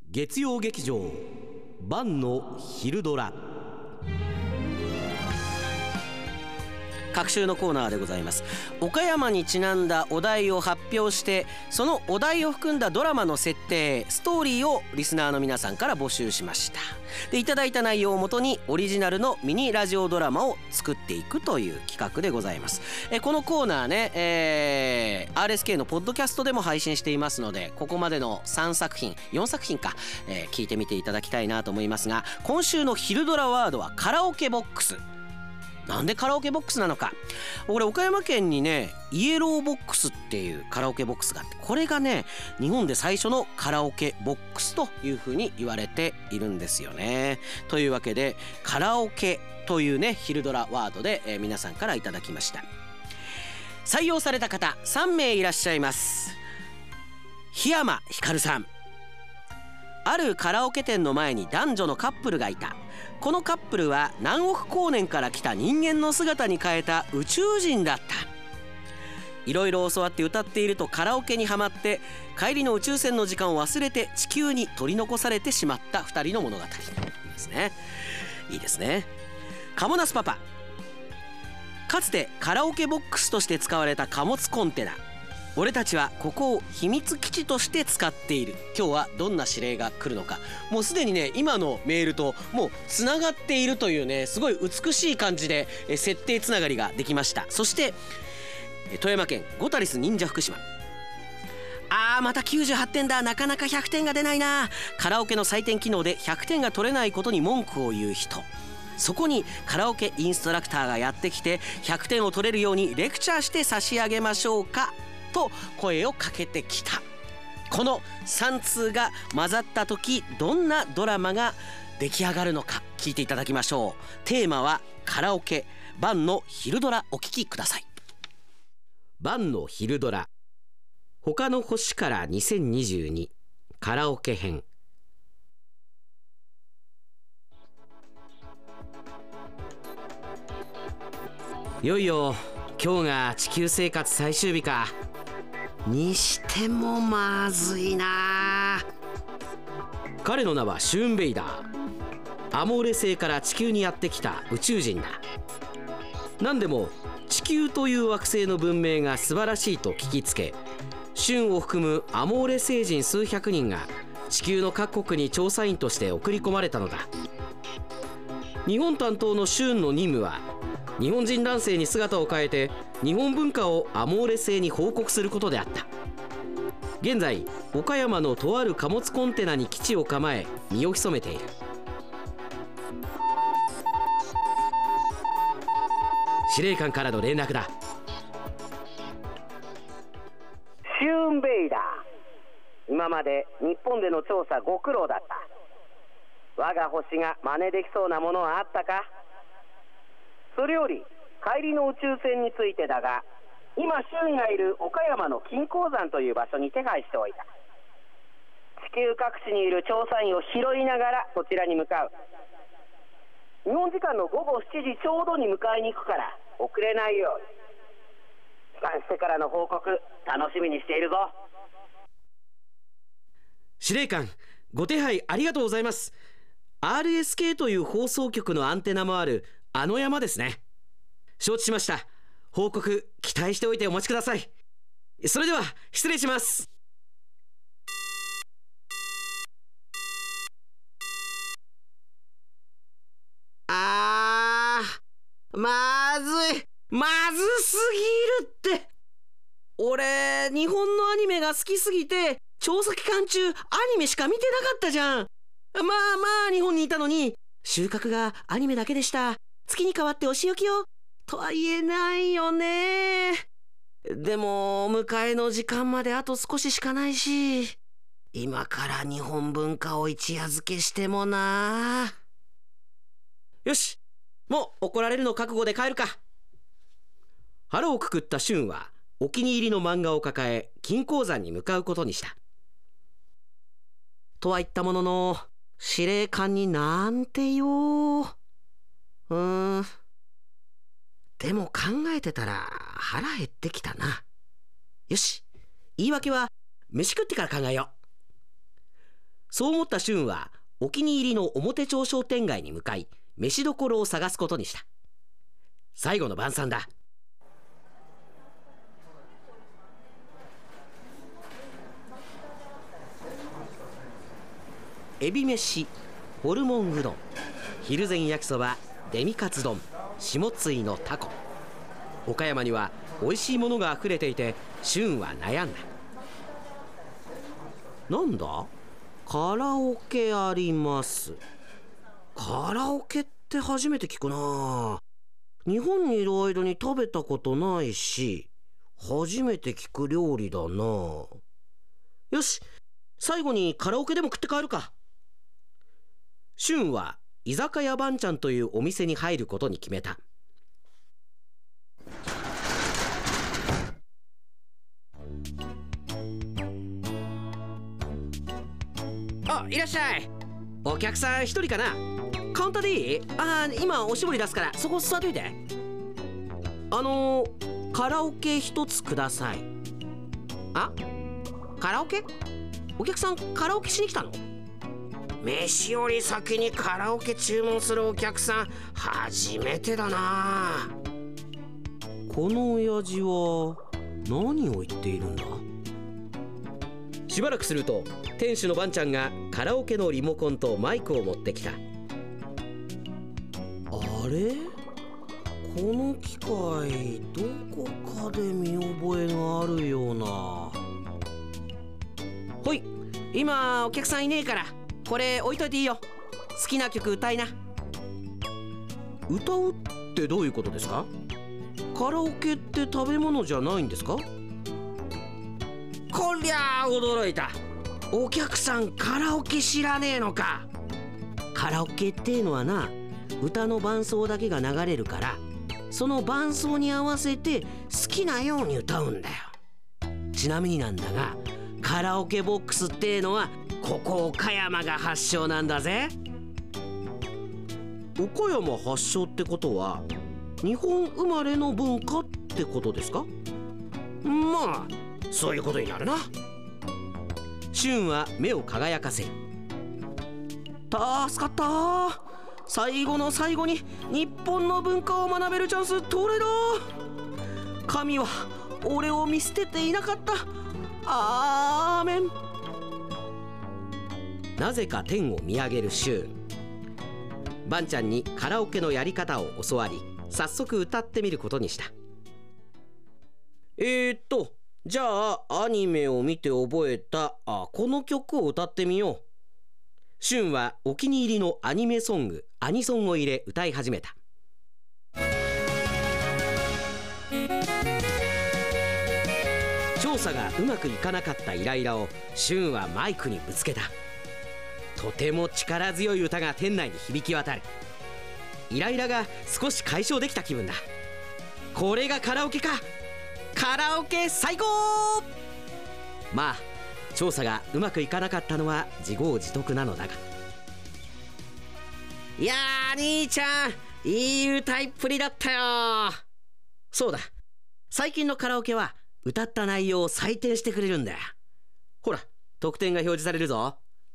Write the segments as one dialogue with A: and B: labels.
A: 月曜劇場晩の昼ドラ、各週のコーナーでございます。岡山にちなんだお題を発表して、そのお題を含んだドラマの設定、ストーリーをリスナーの皆さんから募集しました。で、いただいた内容をもとにオリジナルのミニラジオドラマを作っていくという企画でございます。このコーナーね、RSK のポッドキャストでも配信していますので、ここまでの3作品4作品か、聞いてみていただきたいなと思いますが、今週の昼ドラワードはカラオケボックス。なんでカラオケボックスなのか。これ岡山県にね、イエローボックスっていうカラオケボックスがあって、これがね、日本で最初のカラオケボックスというふうに言われているんですよね。というわけでカラオケというね、昼ドラワードで、皆さんからいただきました。採用された方3名いらっしゃいます。檜山光さん。あるカラオケ店の前に男女のカップルがいた。このカップルは何億光年から来た人間の姿に変えた宇宙人だった。いろいろ教わって歌っているとカラオケにはまって、帰りの宇宙船の時間を忘れて地球に取り残されてしまった2人の物語ですね。いいですね。カモナスパパ。かつてカラオケボックスとして使われた貨物コンテナ。俺たちはここを秘密基地として使っている。今日はどんな指令が来るのか。もうすでにね、今のメールともうつながっているというね、すごい美しい感じで設定つながりができました。そして富山県ゴタリス忍者福島。また98点だ。なかなか100点が出ないな。カラオケの採点機能で100点が取れないことに文句を言う人。そこにカラオケインストラクターがやってきて、100点を取れるようにレクチャーして差し上げましょうかと声をかけてきた。この3通が混ざった時、どんなドラマが出来上がるのか聞いていただきましょう。テーマはカラオケ。晩の昼ドラ、お聞きください。晩の昼ドラ、他の星から2022カラオケ編。いよいよ今日が地球生活最終日か。にしてもまずいな。彼の名はシューンベイダー。アモーレ星から地球にやってきた宇宙人だ。何でも地球という惑星の文明が素晴らしいと聞きつけ、シューンを含むアモーレ星人数百人が地球の各国に調査員として送り込まれたのだ。日本担当のシューンの任務は、日本人男性に姿を変えて日本文化をアモーレ星に報告することであった。現在岡山のとある貨物コンテナに基地を構え身を潜めている。司令官からの連絡だ。
B: シューンベイダー。今まで日本での調査ご苦労だった。我が星が真似できそうなものはあったか。それより帰りの宇宙船についてだが、今シューンがいる岡山の金鉱山という場所に手配しておいた。地球各地にいる調査員を拾いながらそちらに向かう。日本時間の午後7時ちょうどに迎えに行くから遅れないように。帰還してからの報告楽しみにしているぞ。
A: 司令官、ご手配ありがとうございます。 RSK という放送局のアンテナもあるあの山ですね。承知しました。報告期待しておいてお待ちください。それでは失礼します。まずすぎるって。俺日本のアニメが好きすぎて調査期間中アニメしか見てなかったじゃん。まあ日本にいたのに収穫がアニメだけでした。月に代わってお仕置きをとは言えないよね。でも迎えの時間まであと少ししかないし、今から日本文化を一夜漬けしてもな。よし、もう怒られるの覚悟で帰るか。腹をくくったシュンはお気に入りの漫画を抱え金鉱山に向かうことにした。とは言ったものの司令官になんて言おう。でも考えてたら腹減ってきたな。よし、言い訳は飯食ってから考えよう。 そう思った俊はお気に入りの表町商店街に向かい、飯どころを探すことにした。最後の晩餐だ。エビ飯、ホルモンうどん、昼前焼きそば、デミカツ丼、下津井のタコ。岡山には美味しいものがあふれていて、俊は悩んだ。なんだ、カラオケあります。カラオケって初めて聞くな。日本にいる間に食べたことないし、初めて聞く料理だな。よし、最後にカラオケでも食って帰るか。俊は居酒屋ばんちゃんというお店に入ることに決めた。あ、いらっしゃい。お客さん一人かな。カウンターでいい？今おしぼり出すからそこ座っといて。カラオケ一つください。あ、カラオケ？お客さんカラオケしに来たの？飯より先にカラオケ注文するお客さん初めてだな。この親父は何を言っているんだ？しばらくすると店主のばんちゃんがカラオケのリモコンとマイクを持ってきた。あれ、この機械どこかで見覚えがあるような。ほい、今お客さんいねえからこれ置いといていいよ。好きな曲歌いな。歌うってどういうことですか？カラオケって食べ物じゃないんですか？こりゃあ驚いた。お客さんカラオケ知らねえのか。カラオケっていうのはな、歌の伴奏だけが流れるから、その伴奏に合わせて好きなように歌うんだよ。ちなみになんだが、カラオケボックスっていうのはここ岡山が発祥なんだぜ。岡山発祥ってことは日本生まれの文化ってことですか？まあそういうことになるな。俊は目を輝かせる。助かった。最後の最後に日本の文化を学べるチャンス取れだ。神は俺を見捨てていなかった。アーメン。なぜか天を見上げる俊。ばんちゃんにカラオケのやり方を教わり、早速歌ってみることにした。じゃあアニメを見て覚えたこの曲を歌ってみよう。俊はお気に入りのアニメソング、アニソンを入れ歌い始めた。調査がうまくいかなかったイライラを俊はマイクにぶつけた。とても力強い歌が店内に響き渡る。イライラが少し解消できた気分だ。これがカラオケか。カラオケ最高。まあ調査がうまくいかなかったのは自業自得なのだが。いやー兄ちゃん、いい歌いっぷりだったよ。そうだ、最近のカラオケは歌った内容を採点してくれるんだよ。ほら得点が表示されるぞ。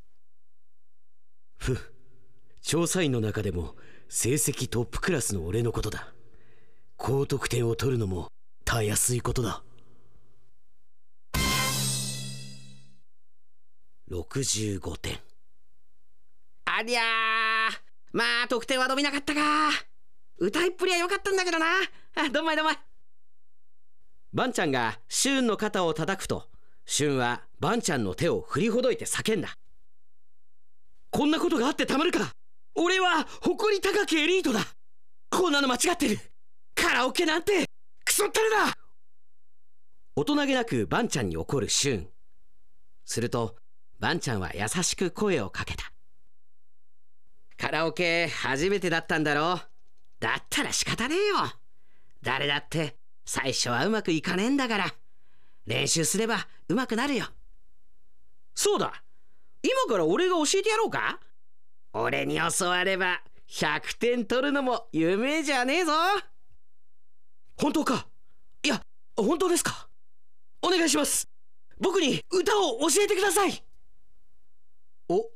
A: 調査員の中でも成績トップクラスの俺のことだ。高得点を取るのもたやすいことだ。65点。ありゃー、まあ得点は伸びなかったか。歌いっぷりは良かったんだけどな。どんまいどんまい。ばんちゃんが俊の肩を叩くと、俊はばんちゃんの手を振りほどいて叫んだ。こんなことがあってたまるか。俺は誇り高きエリートだ。こんなの間違ってる。カラオケなんてクソったれだ。大人げなくばんちゃんに怒る俊。するとばんちゃんは優しく声をかけた。カラオケ初めてだったんだろ。だったら仕方ねえよ。誰だって最初はうまくいかねえんだから、練習すればうまくなるよ。そうだ、今から俺が教えてやろうか。俺に教われば100点取るのも夢じゃねえぞ。本当か。いや本当ですか。お願いします。僕に歌を教えてください。お、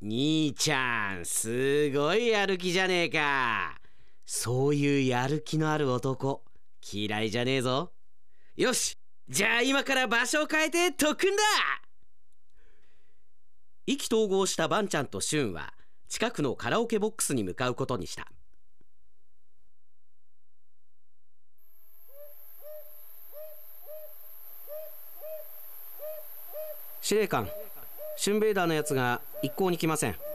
A: 兄ちゃん、すごいやる気じゃねえか。そういうやる気のある男嫌いじゃねえぞ。よし、じゃあ今から場所を変えて特訓だ。意気投合したバンちゃんとシュンは近くのカラオケボックスに向かうことにした。司令官、シュンベイダーのやつが一向に来ません。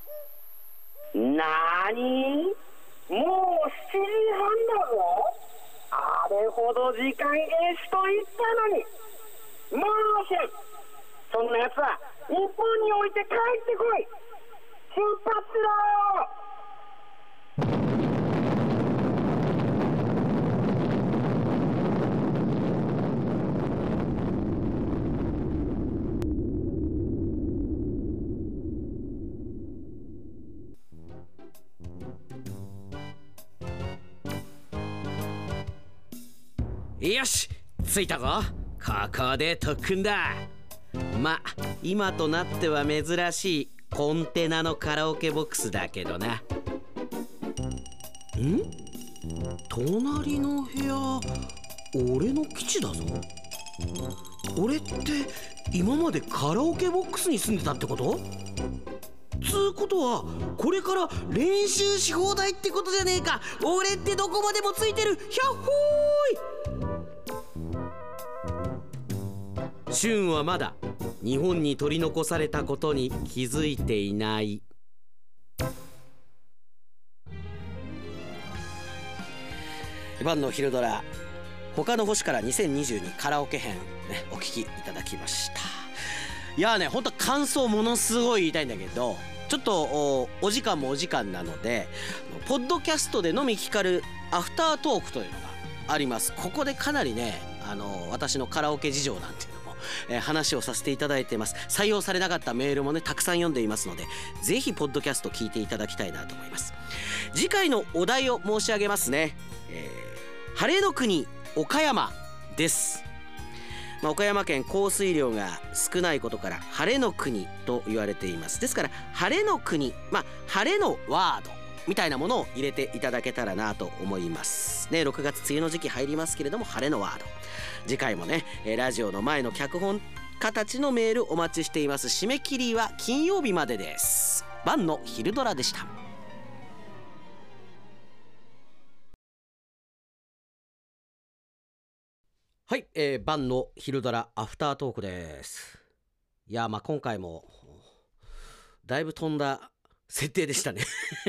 B: なーに、もう7時半だぞ。あれほど時間厳守と言ったのに。もうシュン、そんなやつは日本に置いて帰ってこい。出発しろ。
A: よし、着いたぞ。ここで特訓だ。ま、今となっては珍しいコンテナのカラオケボックスだけどな。隣の部屋、俺の基地だぞ。俺って今までカラオケボックスに住んでたってこと？つうことはこれから練習し放題ってことじゃねえか。俺ってどこまでもついてる。ひゃっほーい。シュンはまだ日本に取り残されたことに気づいていない。晩の昼ドラ他の星から2022カラオケ編、ね、お聞きいただきました。いやね、ほんと感想ものすごい言いたいんだけど、ちょっとお時間もお時間なのでポッドキャストでのみ聞かれるアフタートークというのがあります。ここでかなりね私のカラオケ事情なんていうのも、話をさせていただいています。採用されなかったメールもねたくさん読んでいますので、ぜひポッドキャスト聞いていただきたいなと思います。次回のお題を申し上げますね。晴れの国岡山です。岡山県降水量が少ないことから晴れの国と言われています。ですから晴れの国、晴れのワードみたいなものを入れていただけたらなと思いますね。6月梅雨の時期入りますけれども、晴れのワード、次回もねラジオの前の脚本家たちのメールお待ちしています。締め切りは金曜日までです。晩の昼ドラでした。はい、晩の昼ドラアフタートークです。いや今回もだいぶ飛んだ設定でしたね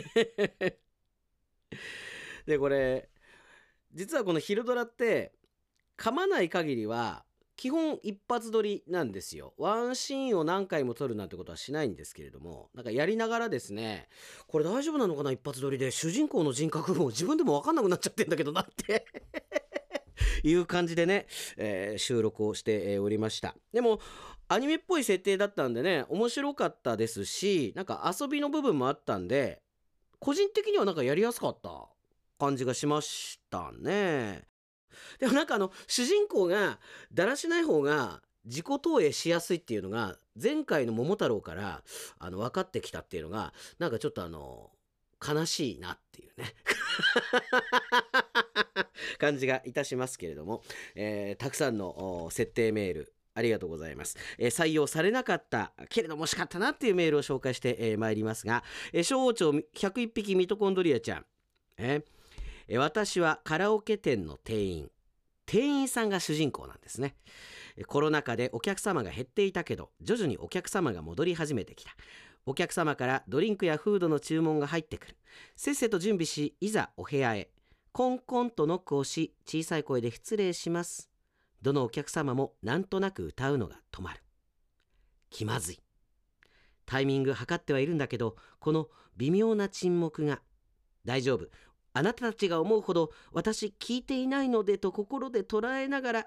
A: でこれ実はこの昼ドラって噛まない限りは基本一発撮りなんですよ。ワンシーンを何回も撮るなんてことはしないんですけれども、なんかやりながらですね、これ大丈夫なのかな、一発撮りで主人公の人格も自分でも分かんなくなっちゃってんだけどなっていう感じでね、収録をしておりました。でもアニメっぽい設定だったんでね面白かったですし、なんか遊びの部分もあったんで個人的にはなんかやりやすかった感じがしましたね。でもなんか主人公がだらしない方が自己投影しやすいっていうのが前回の桃太郎から分かってきたっていうのがなんかちょっと悲しいなっていうね感じがいたしますけれども、たくさんの設定メールありがとうございます。採用されなかったけれども惜しかったなっていうメールを紹介してまいりますが、小王町101匹ミトコンドリアちゃん、私はカラオケ店の店員さんが主人公なんですね。コロナ禍でお客様が減っていたけど徐々にお客様が戻り始めてきた。お客様からドリンクやフードの注文が入ってくる。せっせと準備し、いざお部屋へ。コンコンとノックをし、小さい声で失礼します。どのお客様もなんとなく歌うのが止まる。気まずい。タイミング測ってはいるんだけど、この微妙な沈黙が、大丈夫、あなたたちが思うほど私聞いていないのでと心で唱えなが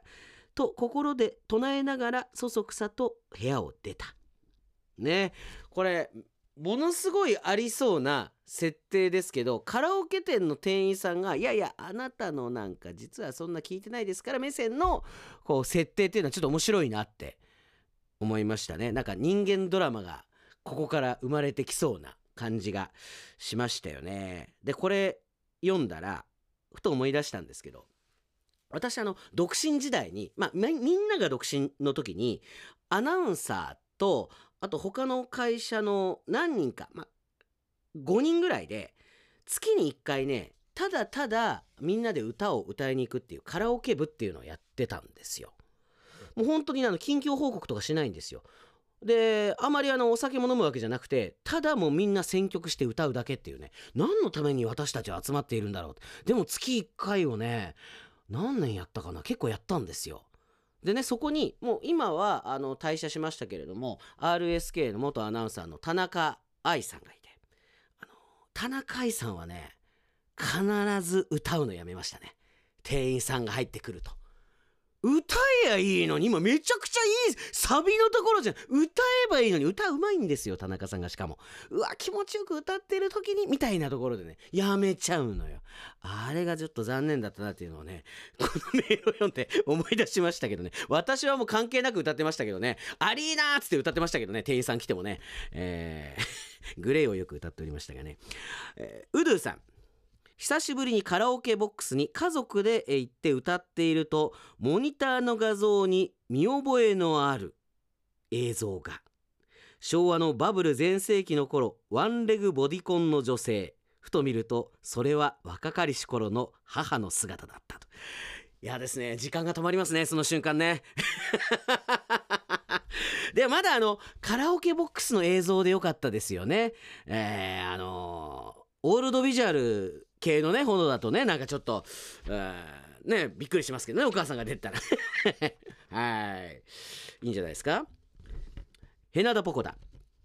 A: らそそくさと部屋を出たね。これものすごいありそうな設定ですけど、カラオケ店の店員さんがいやいやあなたのなんか実はそんな聞いてないですから目線のこう設定っていうのはちょっと面白いなって思いましたね。なんか人間ドラマがここから生まれてきそうな感じがしましたよね。でこれ読んだらふと思い出したんですけど、私独身時代に、みんなが独身の時にアナウンサーとあと他の会社の何人か、5人ぐらいで月に1回ね、ただただみんなで歌を歌いに行くっていうカラオケ部っていうのをやってたんですよ。もう本当に近況報告とかしないんですよ。であまりお酒も飲むわけじゃなくて、ただもうみんな選曲して歌うだけっていうね、何のために私たちは集まっているんだろう。でも月1回をね、何年やったかな、結構やったんですよ。でね、そこにもう今は退社しましたけれども、 RSK の元アナウンサーの田中愛さんがいて、田中愛さんはね必ず歌うのやめましたね。店員さんが入ってくると歌えやいいのに、今めちゃくちゃいいサビのところじゃん、歌えばいいのに、歌うまいんですよ田中さんが。しかもうわ気持ちよく歌ってる時にみたいなところでねやめちゃうのよ。あれがちょっと残念だったなっていうのをね、このメールを読んで思い出しましたけどね。私はもう関係なく歌ってましたけどね、アリーナーっつって歌ってましたけどね、店員さん来てもね、グレーをよく歌っておりましたがね。ウドゥさん、久しぶりにカラオケボックスに家族で行って歌っていると、モニターの画像に見覚えのある映像が。昭和のバブル全盛期の頃、ワンレグボディコンの女性。ふと見るとそれは若かりし頃の母の姿だったと。いやですね、時間が止まりますね、その瞬間ね。でまだカラオケボックスの映像でよかったですよね。オールドビジュアル系のねものだとね、なんかちょっとねびっくりしますけどね、お母さんが出たら。はいいいんじゃないですか。ヘナダポコだ。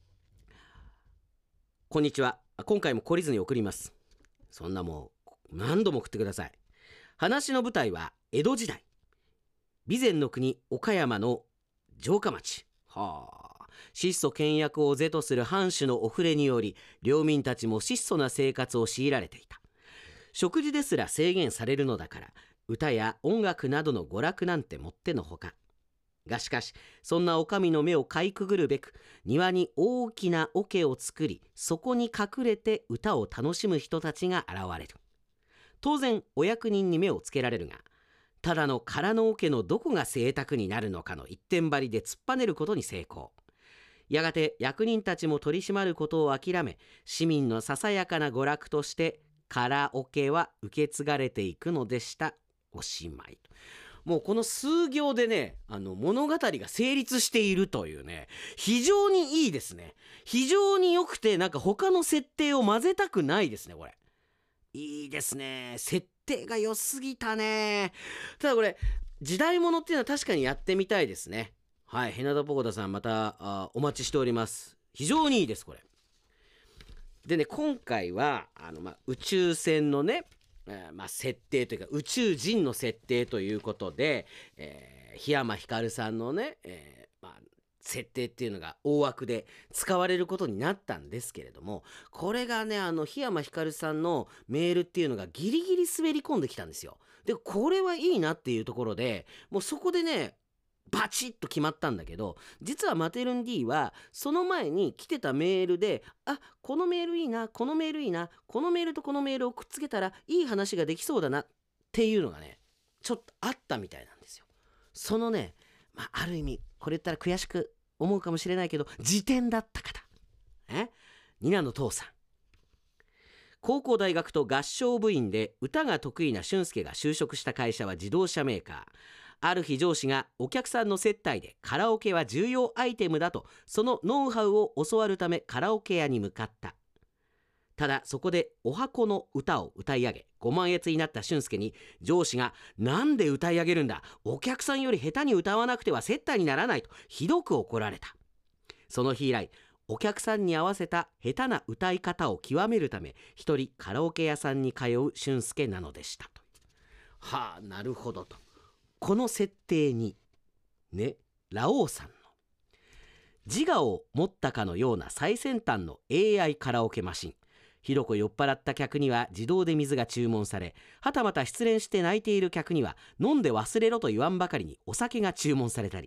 A: こんにちは。今回も懲りずに送ります。そんなもう何度も送ってください。話の舞台は江戸時代、備前の国岡山の城下町。質素倹約を是とする藩主のお触れにより、領民たちも質素な生活を強いられていた。食事ですら制限されるのだから、歌や音楽などの娯楽なんてもってのほか。がしかしそんなお上の目をかいくぐるべく、庭に大きな桶を作り、そこに隠れて歌を楽しむ人たちが現れる。当然お役人に目をつけられるが、ただの空の桶のどこが贅沢になるのかの一点張りで突っぱねることに成功。やがて役人たちも取り締まることを諦め、市民のささやかな娯楽としてカラオケは受け継がれていくのでした。おしまい。もうこの数行でね、物語が成立しているというね、非常にいいですね。非常に良くて、なんか他の設定を混ぜたくないですね。これいいですね。設定が良すぎたね。ただこれ時代物っていうのは確かにやってみたいですね。はい、ヘナダポコダさんまたお待ちしております。非常にいいですこれでね。今回は宇宙船のね、設定というか宇宙人の設定ということで、檜山光さんのね、設定っていうのが大枠で使われることになったんですけれども、これがね檜山光さんのメールっていうのがギリギリ滑り込んできたんですよ。でこれはいいなっていうところで、もうそこでねバチッと決まったんだけど、実はマテルン D はその前に来てたメールで、このメールいいな、このメールいいな、このメールとこのメールをくっつけたらいい話ができそうだなっていうのがねちょっとあったみたいなんですよ。そのね、ある意味これ言ったら悔しく思うかもしれないけど、辞典だった方ニナの父さん。高校大学と合唱部員で歌が得意な俊介が就職した会社は自動車メーカー。ある日上司がお客さんの接待でカラオケは重要アイテムだと、そのノウハウを教わるためカラオケ屋に向かった。ただそこでお箱の歌を歌い上げご満悦になった俊介に上司が、なんで歌い上げるんだ、お客さんより下手に歌わなくては接待にならないとひどく怒られた。その日以来お客さんに合わせた下手な歌い方を極めるため一人カラオケ屋さんに通う俊介なのでしたと。なるほどと。この設定にね、ラオウさんの自我を持ったかのような最先端の AI カラオケマシン。ひどく酔っ払った客には自動で水が注文され、はたまた失恋して泣いている客には飲んで忘れろと言わんばかりにお酒が注文されたり、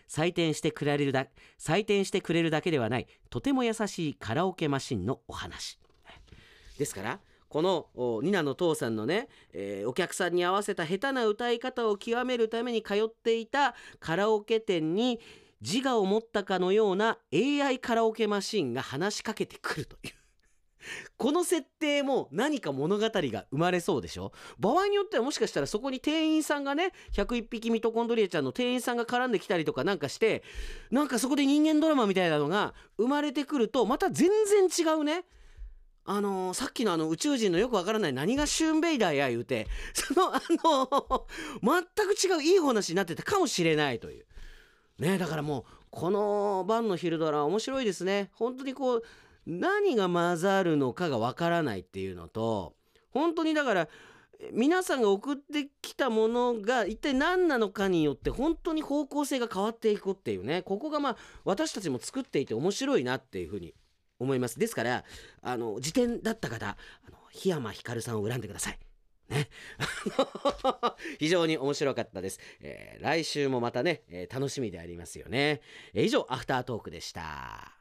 A: 採点してくれるだけではない、とても優しいカラオケマシンのお話ですから、このニナの父さんのね、お客さんに合わせた下手な歌い方を極めるために通っていたカラオケ店に自我を持ったかのような AI カラオケマシンが話しかけてくるというこの設定も何か物語が生まれそうでしょ。場合によってはもしかしたらそこに店員さんがね、101匹ミトコンドリアちゃんの店員さんが絡んできたりとかなんかして、なんかそこで人間ドラマみたいなのが生まれてくるとまた全然違うね、さっきの宇宙人のよくわからない何がシューンベイダーや言うて、その全く違ういい話になってたかもしれないというね。だからもうこの晩の昼ドラ面白いですね。本当にこう何が混ざるのかがわからないっていうのと、本当にだから皆さんが送ってきたものが一体何なのかによって本当に方向性が変わっていくっていうね、ここが私たちも作っていて面白いなっていうふうに思います。ですから辞典だった方、檜山光さんを恨んでくださいね非常に面白かったです。来週もまたね、楽しみでありますよね。以上アフタートークでした。